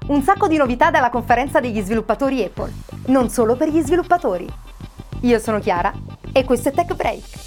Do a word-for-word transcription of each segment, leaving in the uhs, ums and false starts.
Un sacco di novità dalla conferenza degli sviluppatori Apple, non solo per gli sviluppatori. Io sono Chiara e questo è Tech Break.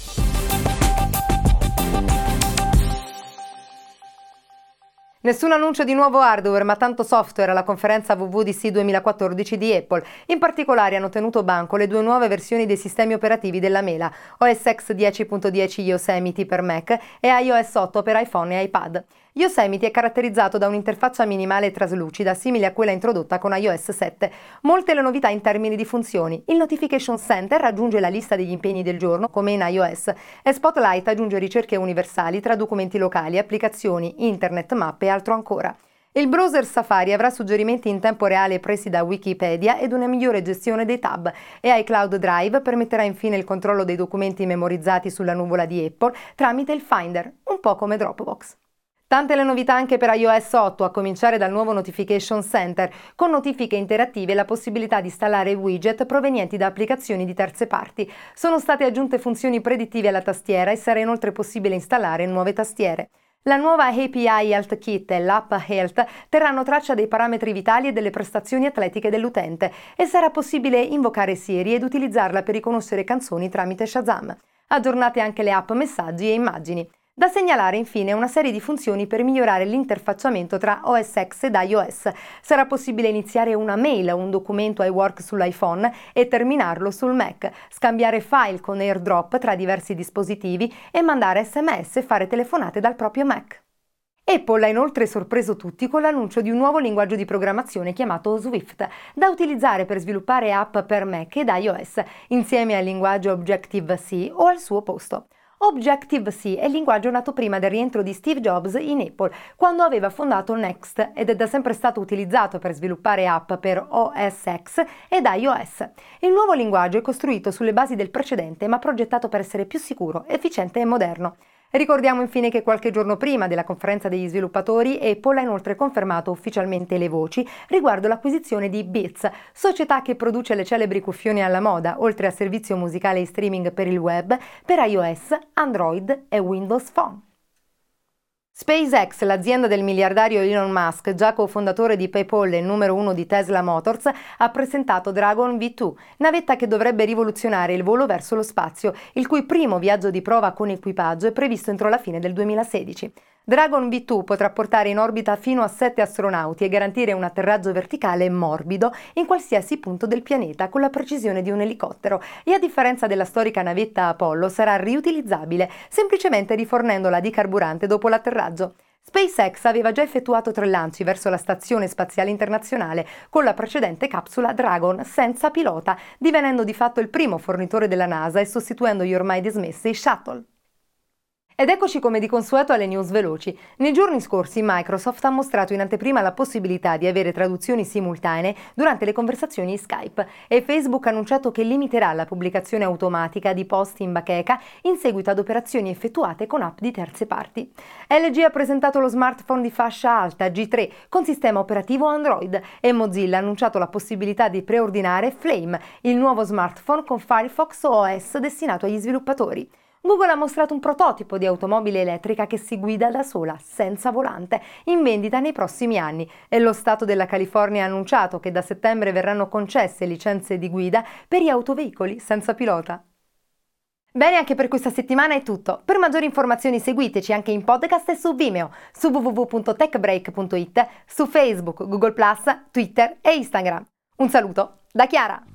Nessun annuncio di nuovo hardware, ma tanto software alla conferenza W W D C duemilaquattordici di Apple. In particolare hanno tenuto banco le due nuove versioni dei sistemi operativi della mela, O S X dieci punto dieci Yosemite per Mac e iOS otto per iPhone e iPad. Yosemite è caratterizzato da un'interfaccia minimale e traslucida, simile a quella introdotta con iOS sette. Molte le novità in termini di funzioni. Il Notification Center raggiunge la lista degli impegni del giorno, come in iOS, e Spotlight aggiunge ricerche universali tra documenti locali, applicazioni, internet, mappe e altro ancora. Il browser Safari avrà suggerimenti in tempo reale presi da Wikipedia ed una migliore gestione dei tab, e iCloud Drive permetterà infine il controllo dei documenti memorizzati sulla nuvola di Apple tramite il Finder, un po' come Dropbox. Tante le novità anche per iOS otto, a cominciare dal nuovo Notification Center, con notifiche interattive e la possibilità di installare widget provenienti da applicazioni di terze parti. Sono state aggiunte funzioni predittive alla tastiera e sarà inoltre possibile installare nuove tastiere. La nuova A P I Health Kit e l'App Health terranno traccia dei parametri vitali e delle prestazioni atletiche dell'utente e sarà possibile invocare Siri ed utilizzarla per riconoscere canzoni tramite Shazam. Aggiornate anche le app messaggi e immagini. Da segnalare infine una serie di funzioni per migliorare l'interfacciamento tra O S X ed iOS. Sarà possibile iniziare una mail o un documento iWork sull'iPhone e terminarlo sul Mac, scambiare file con AirDrop tra diversi dispositivi e mandare S M S e fare telefonate dal proprio Mac. Apple ha inoltre sorpreso tutti con l'annuncio di un nuovo linguaggio di programmazione chiamato Swift, da utilizzare per sviluppare app per Mac ed iOS, insieme al linguaggio Objective-C o al suo posto. Objective-C è il linguaggio nato prima del rientro di Steve Jobs in Apple, quando aveva fondato Next, ed è da sempre stato utilizzato per sviluppare app per O S X ed iOS. Il nuovo linguaggio è costruito sulle basi del precedente, ma progettato per essere più sicuro, efficiente e moderno. Ricordiamo infine che qualche giorno prima della conferenza degli sviluppatori, Apple ha inoltre confermato ufficialmente le voci riguardo l'acquisizione di Beats, società che produce le celebri cuffioni alla moda, oltre a servizio musicale e streaming per il web, per iOS, Android e Windows Phone. SpaceX, l'azienda del miliardario Elon Musk, già cofondatore di PayPal e numero uno di Tesla Motors, ha presentato Dragon V due, navetta che dovrebbe rivoluzionare il volo verso lo spazio, il cui primo viaggio di prova con equipaggio è previsto entro la fine del duemilasedici. Dragon V due potrà portare in orbita fino a sette astronauti e garantire un atterraggio verticale e morbido in qualsiasi punto del pianeta con la precisione di un elicottero, e a differenza della storica navetta Apollo sarà riutilizzabile, semplicemente rifornendola di carburante dopo l'atterraggio. SpaceX aveva già effettuato tre lanci verso la Stazione Spaziale Internazionale con la precedente capsula Dragon senza pilota, divenendo di fatto il primo fornitore della NASA e sostituendo gli ormai dismessi Shuttle. Ed eccoci come di consueto alle news veloci. Nei giorni scorsi Microsoft ha mostrato in anteprima la possibilità di avere traduzioni simultanee durante le conversazioni Skype, e Facebook ha annunciato che limiterà la pubblicazione automatica di post in bacheca in seguito ad operazioni effettuate con app di terze parti. L G ha presentato lo smartphone di fascia alta G tre con sistema operativo Android, e Mozilla ha annunciato la possibilità di preordinare Flame, il nuovo smartphone con Firefox O S destinato agli sviluppatori. Google ha mostrato un prototipo di automobile elettrica che si guida da sola, senza volante, in vendita nei prossimi anni, e lo Stato della California ha annunciato che da settembre verranno concesse licenze di guida per gli autoveicoli senza pilota. Bene, anche per questa settimana è tutto. Per maggiori informazioni seguiteci anche in podcast e su Vimeo, su w w w punto tech break punto it, su Facebook, Google plus, Twitter e Instagram. Un saluto da Chiara!